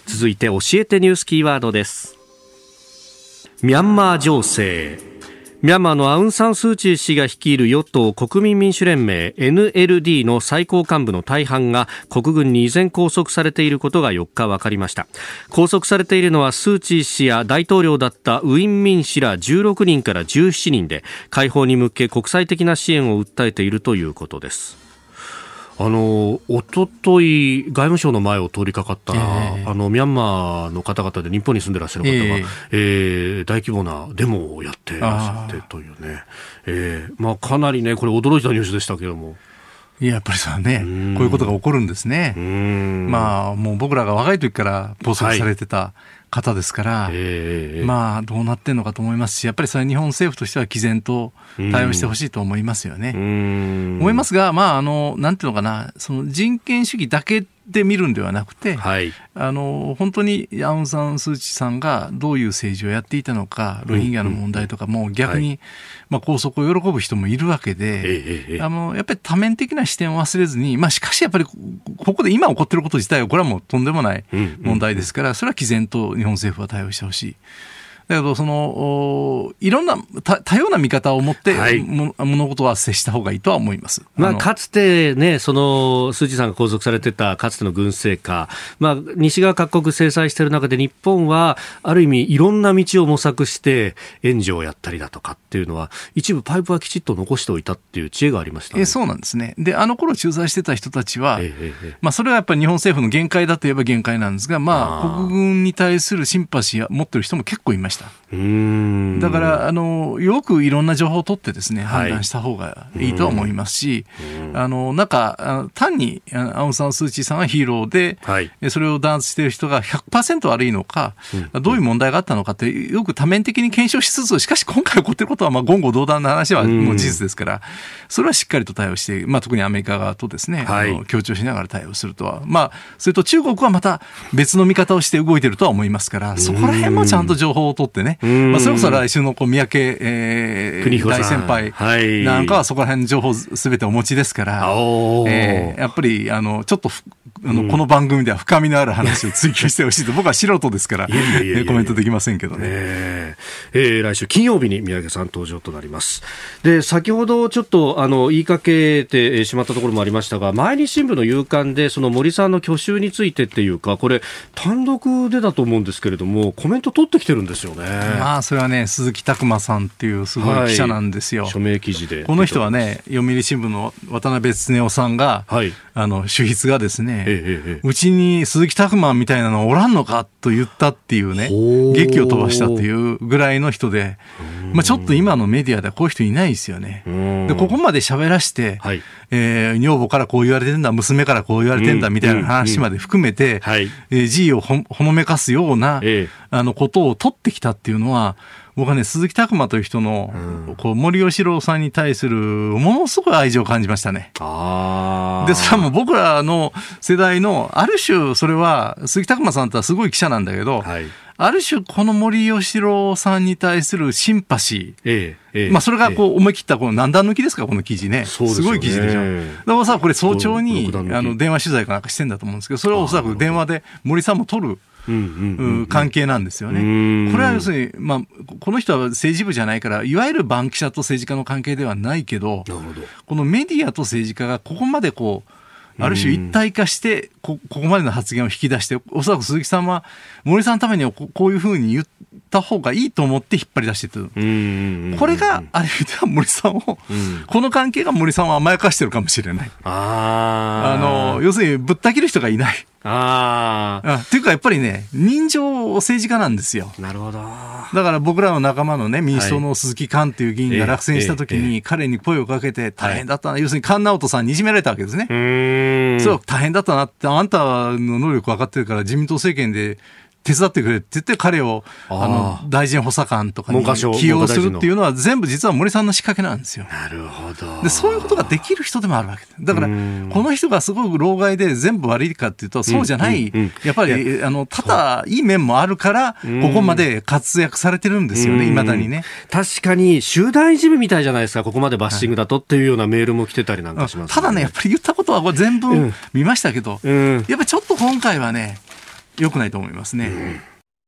続いて教えてニュースキーワードです。ミャンマー情勢。ミャンマーのアウン・サン・スー・チー氏が率いる与党国民民主連盟 NLD の最高幹部の大半が国軍に依然拘束されていることが4日分かりました。拘束されているのはスー・チー氏や大統領だったウィン・ミン氏ら16人から17人で、解放に向け国際的な支援を訴えているということです。おととい外務省の前を通りかかったら、ミャンマーの方々で日本に住んでらっしゃる方が、大規模なデモをやってらっしゃってというね、かなりねこれ驚いたニュースでしたけども、 いや、やっぱりそうね、こういうことが起こるんですね。もう僕らが若い時から拘束されてた方ですから、どうなってんのかと思いますし、やっぱりそれは日本政府としては毅然と対応してほしいと思いますよね。思いますが、なんていうのかな、その人権主義だけで見るんではなくて、本当にアウン・サン・スー・チーさんがどういう政治をやっていたのか、ロヒンギャの問題とかも逆に、拘束を喜ぶ人もいるわけで、やっぱり多面的な視点を忘れずに、しかしやっぱりここで今起こっていること自体はこれはもうとんでもない問題ですから、それは毅然と日本政府は対応してほしい。だけどいろんな多様な見方を持って、物事は接した方がいいとは思います。 かつてね、スー・チーさんが拘束されてたかつての軍政下、西側各国制裁している中で日本はある意味いろんな道を模索して援助をやったりだとかっていうのは、一部パイプはきちっと残しておいたっていう知恵がありましたね。 そうなんですね。で、頃駐在してた人たちは、それはやっぱり日本政府の限界だといえば限界なんですが、国軍に対するシンパシーを持ってる人も結構いました。だからよくいろんな情報を取ってですね、判断した方がいいとは思いますし、単にアウン・サン・スー・チーさんはヒーローで、それを弾圧している人が 100% 悪いのか、どういう問題があったのかってよく多面的に検証しつつ、しかし今回起こっていることは言語道断の話はもう事実ですから、それはしっかりと対応して、特にアメリカ側とですね、協調しながら対応するとは、それと中国はまた別の見方をして動いているとは思いますから、そこら辺もちゃんと情報を取ってね、それこそ来週の三宅、大先輩なんかはそこら辺の情報すべてお持ちですから、やっぱりちょっとこの番組では深みのある話を追求してほしいと僕は素人ですからコメントできませんけどね。 来週金曜日に三宅さん登場となります。で、先ほどちょっと言いかけてしまったところもありましたが、毎日新聞の夕刊でその森さんの去就についてっていうか、これ単独でだと思うんですけれども、コメント取ってきてるんですよね。 それはね、鈴木拓馬さんっていうすごい記者なんですよ。 署名記事で。 この人はね、読売新聞の渡辺恒夫さんが、主筆がですね、うちに鈴木拓馬みたいなのおらんのかと言ったっていうね、劇を飛ばしたっていうぐらいの人で、ちょっと今のメディアではこういう人いないですよね。で、ここまで喋らして、女房からこう言われてんだ、娘からこう言われてんだみたいな話まで含めて、辞意をほのめかすような、ことを取ってきたっていうのは、僕はね、鈴木拓馬という人の、森喜朗さんに対するものすごい愛情を感じましたね。で、それはもう僕らの世代のある種、それは鈴木拓馬さんってすごい記者なんだけど、ある種この森喜朗さんに対するシンパシー、それが思い切った何段抜きですか、この記事ね。すごい記事でしょ。だからさ、これ早朝に電話取材かなんかしてんだと思うんですけど、それをおそらく電話で森さんも取る関係なんですよね。これは要するに、この人は政治部じゃないから、いわゆる番記者と政治家の関係ではないけど、このメディアと政治家がここまである種一体化してここまでの発言を引き出して、おそらく鈴木さんは森さんのためにはこういうふうに言った方がいいと思って引っ張り出している。これがある意味では森さんを、この関係が森さんを甘やかしてるかもしれない。要するにぶった切る人がいない。っていうかやっぱりね、人情政治家なんですよ。 なるほど。 だから僕らの仲間のね、民主党の鈴木寛っていう議員が落選した時に彼に声をかけて大変だったな、要するに菅直人さんにいじめられたわけですね。そう大変だったなって、あんたの能力分かってるから自民党政権で手伝ってくれって言って彼を大臣補佐官とかに起用するっていうのは全部実は森さんの仕掛けなんですよ。 なるほど。 で、そういうことができる人でもあるわけだから、この人がすごく老害で全部悪いかっていうとそうじゃない、やっぱり多々いい面もあるからここまで活躍されてるんですよね、未だにね。 確かに集団いじめみたいじゃないですか、ここまでバッシングだとっていうようなメールも来てたりなんかします、 ただね、やっぱり言ったことはこれ全部見ましたけど、やっぱりちょっと今回はね、 良くないと思いますね。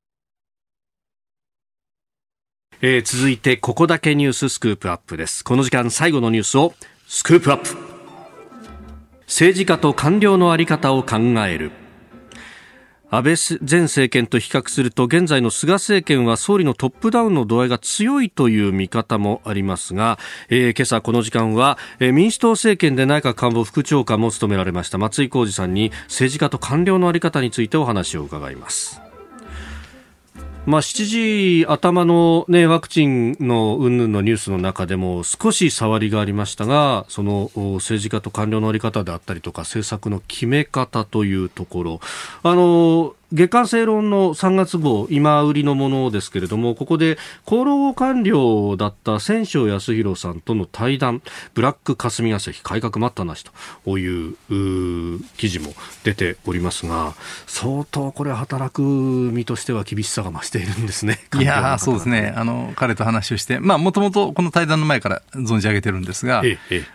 続いてここだけニューススクープアップです。この時間最後のニュースをスクープアップ。政治家と官僚の在り方を考える。安倍前政権と比較すると現在の菅政権は総理のトップダウンの度合いが強いという見方もありますが、今朝この時間は、民主党政権で内閣官房副長官も務められました松井浩二さんに政治家と官僚の在り方についてお話を伺います。7時頭の、ワクチンの云々のニュースの中でも少し触りがありましたが、その政治家と官僚の在り方であったりとか政策の決め方というところ、月刊正論の3月号今売りのものですけれども、ここで厚労官僚だった千正康弘さんとの対談、ブラック霞が関改革待ったなしという記事も出ておりますが、相当これ働く身としては厳しさが増しているんですね。 いやそうですね。彼と話をして、もともとこの対談の前から存じ上げてるんですが、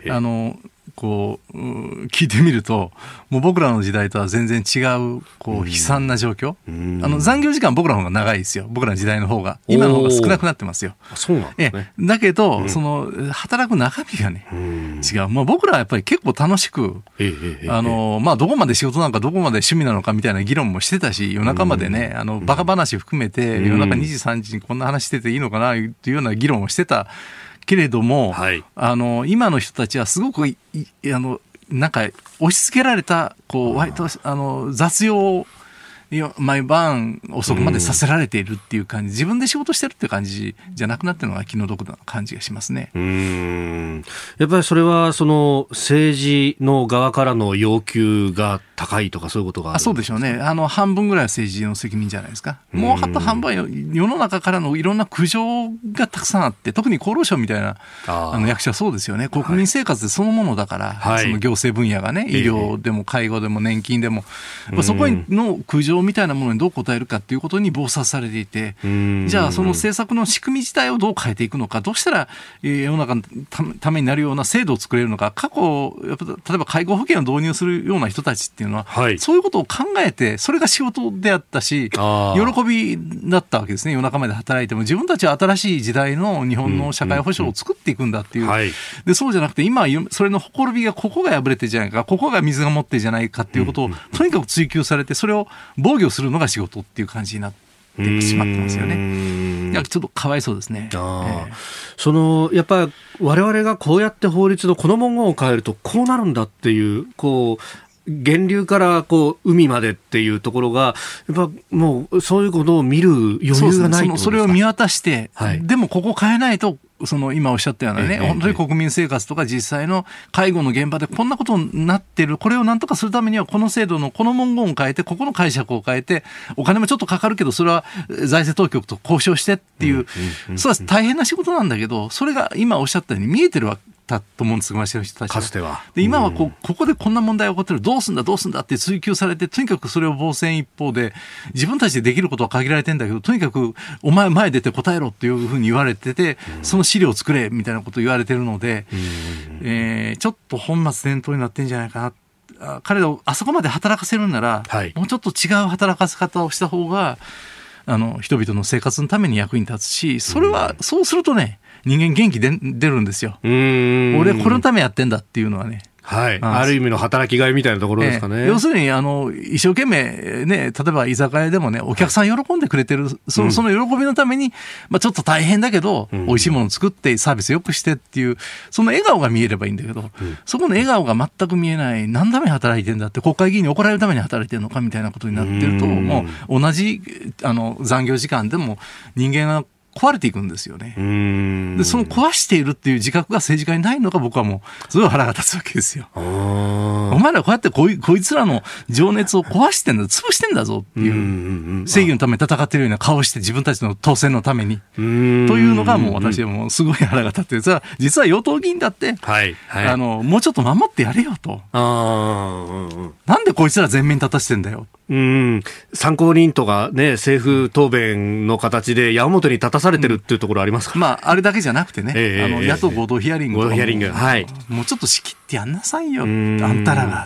聞いてみると、もう僕らの時代とは全然違う、悲惨な状況。残業時間僕らの方が長いですよ。僕らの時代の方が。今の方が少なくなってますよ。 そうなんですね。 だけど、働く中身がね、違う。僕らはやっぱり結構楽しく、どこまで仕事なのか、どこまで趣味なのかみたいな議論もしてたし、夜中までね、バカ話含めて、夜中2時3時にこんな話してていいのかな、というような議論をしてたけれども、今の人たちはすごくなんか押し付けられた割と雑用を毎晩遅くまでさせられているっていう感じ、自分で仕事してるっていう感じじゃなくなってるのが気の毒な感じがしますね。 やっぱりそれは政治の側からの要求が高いとかそういうことがあるんですか？ そうでしょうね。半分ぐらいは政治の責任じゃないですか。もうあと半分は世の中からのいろんな苦情がたくさんあって、特に厚労省みたいな役所はそうですよね。国民生活でそのものだから、その行政分野がね、医療でも介護でも年金でも、そこの苦情みたいなものにどう応えるかっていうことに忙殺されていて、じゃあその政策の仕組み自体をどう変えていくのか、どうしたら世の中のためになるような制度を作れるのか、過去やっぱ例えば介護保険を導入するような人たちっていうのは、そういうことを考えて、それが仕事であったし、喜びだったわけですね。夜中まで働いても自分たちは新しい時代の日本の社会保障を作っていくんだっていう、でそうじゃなくて今それのほころびがここが破れてじゃないか、ここが水が持ってじゃないかっていうことをとにかく追求されて、それを防御するのが仕事っていう感じになってしまってますよね。ちょっとかわいそうですね。 やっぱり我々がこうやって法律のこの文言を変えるとこうなるんだっていう源流から海までっていうところがやっぱもうそういうことを見る余裕がないってことですか？ それを見渡して、でもここ変えないと今おっしゃったようなね、本当に国民生活とか実際の介護の現場でこんなことになってる、これをなんとかするためにはこの制度のこの文言を変えて、ここの解釈を変えて、お金もちょっとかかるけどそれは財政当局と交渉してっていう、それは大変な仕事なんだけど、それが今おっしゃったように見えてるわけだと思うんですが、人たちかつてはで今はここでこんな問題が起こってる、どうすんだって追求されて、とにかくそれを防戦一方で、自分たちでできることは限られてんだけど、とにかくお前前出て答えろっていうふうに言われてて、その資料を作れみたいなことを言われてるので、ちょっと本末転倒になってんじゃないかな。彼らをあそこまで働かせるんなら、もうちょっと違う働かせ方をした方が人々の生活のために役に立つし、それはそうするとね、人間元気出るんですよ。俺これのためやってんだっていうのはね。 ある意味の働きがいみたいなところですかね。 要するに一生懸命ね、例えば居酒屋でもね、お客さん喜んでくれてる、その喜びのために、ちょっと大変だけど、美味しいものを作ってサービス良くしてっていう、その笑顔が見えればいいんだけど、そこの笑顔が全く見えない、何のために働いてんだって、国会議員に怒られるために働いてるのかみたいなことになってると、もう同じ残業時間でも人間が壊れていくんですよね。でその壊しているっていう自覚が政治家にないのが僕はもうすごい腹が立つわけですよ。お前らこうやってこいつらの情熱を壊してんだ、潰してんだぞっていう、正義のために戦っているような顔して自分たちの当選のためにというのがもう私はもうすごい腹が立ってる。実は与党議員だって、もうちょっと守ってやれよと。なんでこいつら前面に立たせてんだよ。 参考人とかね、政府答弁の形で矢面に立たされてるっていうところありますか？ あれだけじゃなくてね、野党合同ヒアリングとかも、 もうちょっと仕切ってやんなさいよ、あんたらが。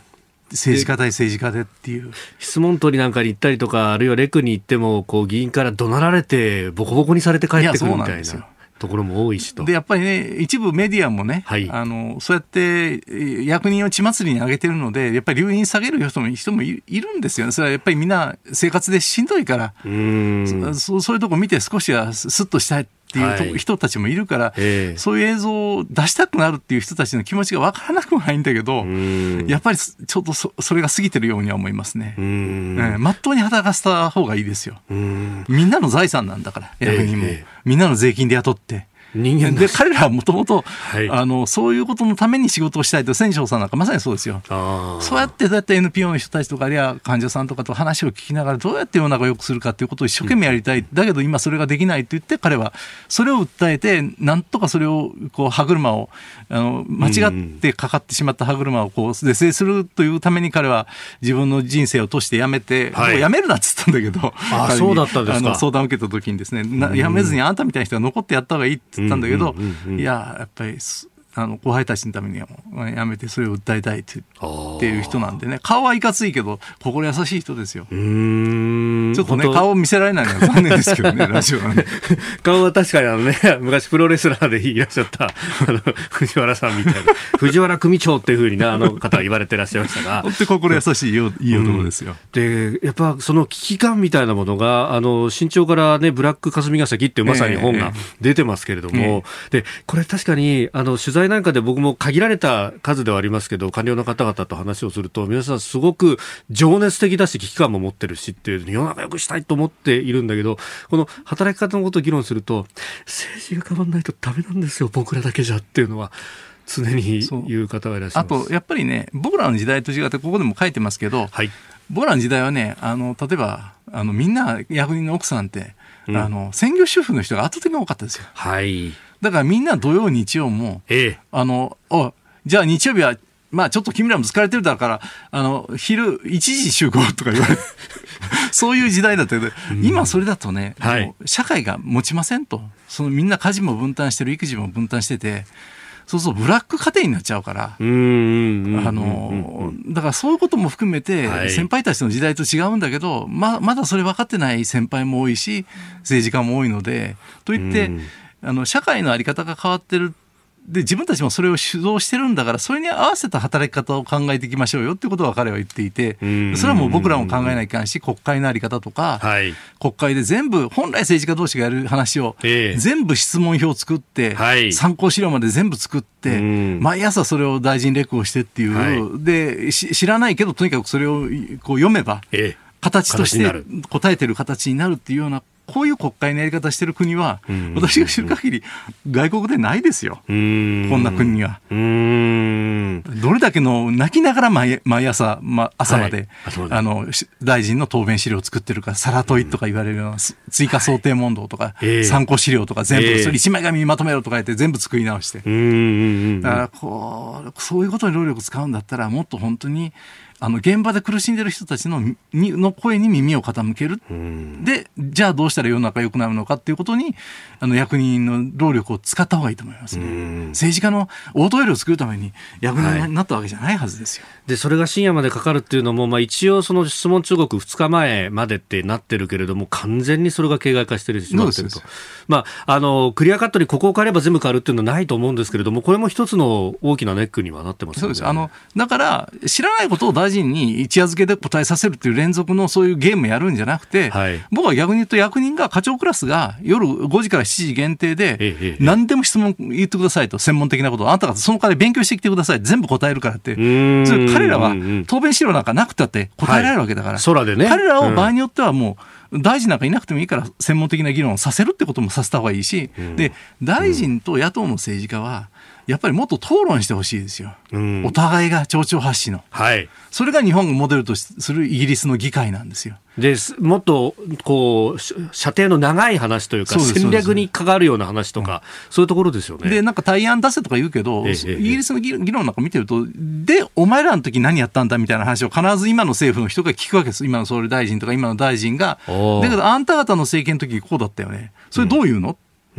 政治家対政治家でっていう。 質問取りなんかに行ったりとか、あるいはレクに行っても、こう議員から怒鳴られて、ボコボコにされて帰ってくるみたいなところも多いしと。 で、やっぱりね、一部メディアもね、 はい、 そうやって役人を血祭りに上げてるので、やっぱり留飲下げる人もいるんですよね。それはやっぱりみんな生活でしんどいから、そういうとこ見て少しはスッとしたいっていう人たちもいるから、そういう映像を出したくなるっていう人たちの気持ちが分からなくもないんだけど、やっぱりちょっとそれが過ぎてるようには思いますね。まっとうに働かせた方がいいですよ。みんなの財産なんだから、役人も。みんなの税金で雇って。 人間で彼らはもともとそういうことのために仕事をしたいと、千正さんなんかまさにそうですよ。そうやってどうやって NPO の人たちとかあるいは患者さんとかと話を聞きながらどうやって世の中を良くするかということを一生懸命やりたい、だけど今それができないと言って彼はそれを訴えて、なんとかそれをこう歯車を間違ってかかってしまった歯車をこう是正するというために彼は自分の人生を通してやめて、もうやめるなっつったんだけど、 そうだったんですか。 相談を受けた時にですね、やめずにあんたみたいな人が残ってやった方がいいって言ったんだけど、いややっぱり後輩たちのためにはもうやめてそれを訴えたいっていう人なんでね、顔はいかついけど心優しい人ですよ。ちょっとね顔を見せられないのは残念ですけどねラジオはね顔は確かにね、昔プロレスラーでいらっしゃった藤原さんみたいな藤原組長っていうふうにね方は言われてらっしゃいましたが本当に心優しいいい男ですよ。 でやっぱその危機感みたいなものが新潮からねブラック霞が関っていうまさに本が出てますけれども、でこれ確かに取材なんかで僕も限られた数ではありますけど官僚の方々と話をすると皆さんすごく情熱的だし危機感も持ってるしっていう世の中良くしたいと思っているんだけど、この働き方のことを議論すると政治が変わらないとダメなんですよ僕らだけじゃっていうのは常に言う方がいらっしゃいます。 あとやっぱりね僕らの時代と違ってここでも書いてますけど、はい、僕らの時代はね例えばみんな役人の奥さんって、専業主婦の人が圧倒的に多かったですよ。 はいだからみんな土曜日曜も、じゃあ日曜日はまあちょっと君らも疲れてるだから昼1時集合とか言われるそういう時代だったけど、今それだとね、はい、社会が持ちませんと。みんな家事も分担してる育児も分担してて、そうそうブラック家庭になっちゃうから、だからそういうことも含めて、はい、先輩たちの時代と違うんだけど、まだそれ分かってない先輩も多いし政治家も多いので、といって社会の在り方が変わってる。で自分たちもそれを主導してるんだから、それに合わせた働き方を考えていきましょうよっていうことは彼は言っていて、それはもう僕らも考えないかんし、国会の在り方とか、はい、国会で全部本来政治家同士がやる話を、全部質問票を作って、参考資料まで全部作って、毎朝それを大臣レクをしてっていう、で知らないけどとにかくそれをこう読めば、形として答えてる形になるっていうような、こういう国会のやり方してる国は、私が知る限り外国でないですよ。こんな国には。どれだけの泣きながら毎朝、朝まで、大臣の答弁資料を作ってるか、サラ問いとか言われるような追加想定問答とか、参考資料とか全部、それ一枚紙にまとめろとか言って全部作り直して。だからそういうことに労力使うんだったら、もっと本当に現場で苦しんでる人たちの声に耳を傾ける。で、じゃあどうしたら世の中良くなるのかっていうことに、役人の労力を使った方がいいと思いますね。政治家のオートエルを作るために役人になったわけじゃないはずですよ。 で、それが深夜までかかるっていうのも、一応その質問通告2日前までってなってるけれども、完全にそれが形骸化してしまってると。クリアカットにここを変えれば全部変わるっていうのはないと思うんですけれども、これも一つの大きなネックにはなってますよね。 そうです。だから、知らないことを大臣に一夜漬けで答えさせるっていう連続のそういうゲームやるんじゃなくて、僕は逆に言うと役人が課長クラスが夜5時から7時限定で何でも質問言ってくださいと、専門的なことをあなたがその代わり勉強してきてください、全部答えるからって、彼らは答弁資料なんかなくたって答えられるわけだから、 空でね、 彼らを場合によってはもう大臣なんかいなくてもいいから専門的な議論をさせるってこともさせた方がいいし、で大臣と野党の政治家はやっぱりもっと討論してほしいですよ。お互いが丁々発止の、それが日本がモデルとするイギリスの議会なんですよ。 でもっとこう射程の長い話というか戦略に関わるような話とか、そういうところですよね。 でなんか対案出せとか言うけど、イギリスの議論なんか見てると、でお前らの時何やったんだみたいな話を必ず今の政府の人が聞くわけです。今の総理大臣とか今の大臣が、だけどあんた方の政権の時こうだったよね、それどういうの、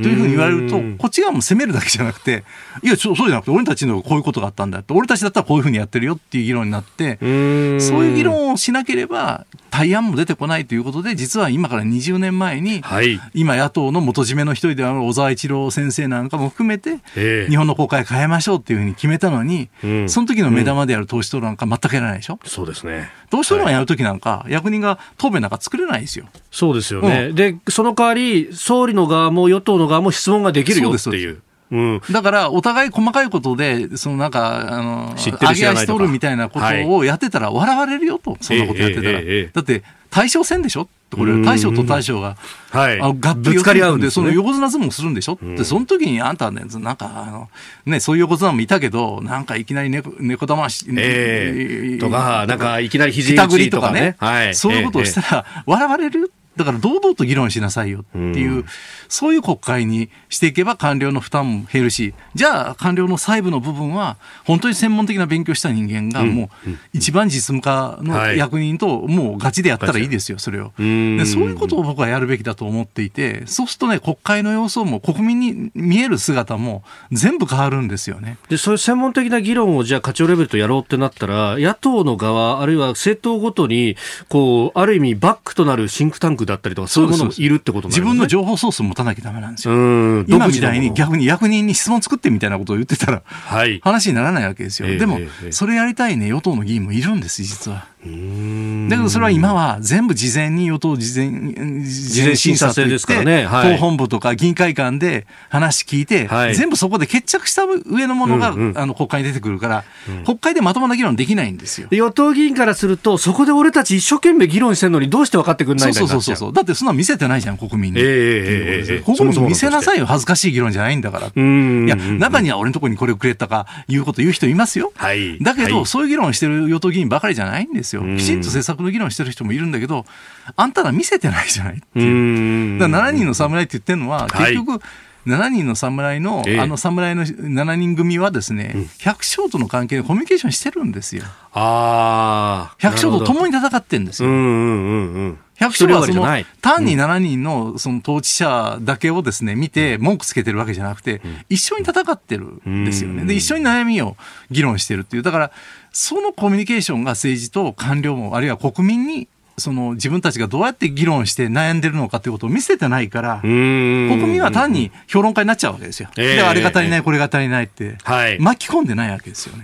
というふうに言われると、こっち側も責めるだけじゃなくて、いや、そうじゃなくて、俺たちのこういうことがあったんだって、俺たちだったらこういうふうにやってるよっていう議論になって、そういう議論をしなければ、対案も出てこないということで、実は今から20年前に、今野党の元締めの一人である小沢一郎先生なんかも含めて、日本の国会変えましょうっていうふうに決めたのに、その時の目玉である党首討論なんか全くやらないでしょ。 そうですね。 党首討論やる時なんか、役人が答弁なんか作れないですよ。 そうですよね。で、その代わり、総理の側も与党の側も質問ができるよっていう。 だから、お互い細かいことで、なんか、上げ足取るみたいなことをやってたら笑われるよと、そんなことやってたら。だって、大将戦でしょこれ、大将と大将が、 ぶつかり合うんですね。 その横綱相撲するんでしょで、その時にあんたね、なんか、そういう横綱もいたけど、なんかいきなり猫玉とか、なんかいきなり肘打ちとかね。 そういうことをしたら、笑われる。だから堂々と議論しなさいよっていう、そういう国会にしていけば官僚の負担も減るし、じゃあ官僚の細部の部分は本当に専門的な勉強した人間がもう一番実務家の役人ともうガチでやったらいいですよ、それを。でそういうことを僕はやるべきだと思っていて、そうするとね、国会の様相も国民に見える姿も全部変わるんですよね。 で、そういう専門的な議論をじゃあ課長レベルとやろうってなったら、野党の側あるいは政党ごとにこうある意味バックとなるシンクタンクだったりとか、そういうものもいるってことなんですね。 自分の情報ソースを持たなきゃダメなんですよ。今みたいに逆に役人に質問作ってみたいなことを言ってたら、話にならないわけですよ。でも、それやりたいね、与党の議員もいるんです、実は。だけどそれは今は全部事前に与党事前審査といって、党本部とか議員会館で話聞いて、全部そこで決着した上のものが国会に出てくるから、国会でまともな議論できないんですよ。 与党議員からすると、そこで俺たち一生懸命議論してるのにどうして分かってくれないんだろう。 そう。だってそんなの見せてないじゃん、国民に。国民に見せなさいよ、恥ずかしい議論じゃないんだから。いや、中には俺のところにこれをくれたか、いうこと言う人いますよ。だけど、そういう議論してる与党議員ばかりじゃないんですよ。きちんと政策の議論してる人もいるんだけど、あんたら見せてないじゃないっていう。だから7人の侍って言ってるのは、結局、7人の侍の、侍の7人組はですね、百姓との関係でコミュニケーションしてるんですよ。百姓と共に戦ってるんですよ。百姓はその単に7人のその統治者だけをですね見て文句つけてるわけじゃなくて、一緒に戦ってるんですよね。で一緒に悩みを議論してるっていう、だからそのコミュニケーションが政治と官僚もあるいは国民にその自分たちがどうやって議論して悩んでるのかということを見せてないから、国民は単に評論家になっちゃうわけですよ。であれが足りないこれが足りないって巻き込んでないわけですよね。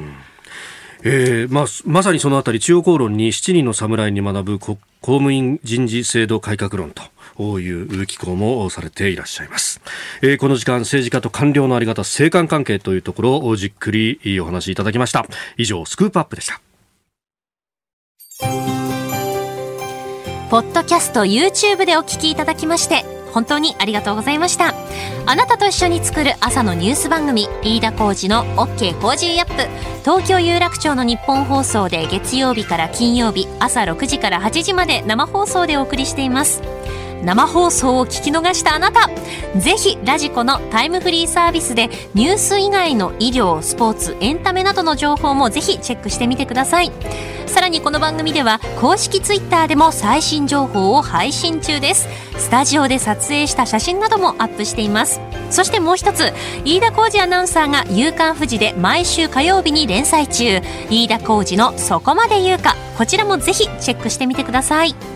まさにそのあたり中央公論に7人の侍に学ぶ公務員人事制度改革論という機構もされていらっしゃいます。この時間政治家と官僚のあり方、政官関係というところをじっくりお話しいただきました。以上スクープアップでした。 ポッドキャスト YouTube でお聞きいただきまして本当にありがとうございました。あなたと一緒に作る朝のニュース番組、飯田浩司の OK コージーアップ、東京有楽町の日本放送で月曜日から金曜日朝6時から8時まで生放送でお送りしています。生放送を聞き逃したあなた、ぜひラジコのタイムフリーサービスでニュース以外の医療、スポーツ、エンタメなどの情報もぜひチェックしてみてください。さらにこの番組では公式ツイッターでも最新情報を配信中です。スタジオで撮影した写真などもアップしています。そしてもう一つ、飯田浩司アナウンサーが夕刊フジで毎週火曜日に連載中、飯田浩司のそこまで言うか、こちらもぜひチェックしてみてください。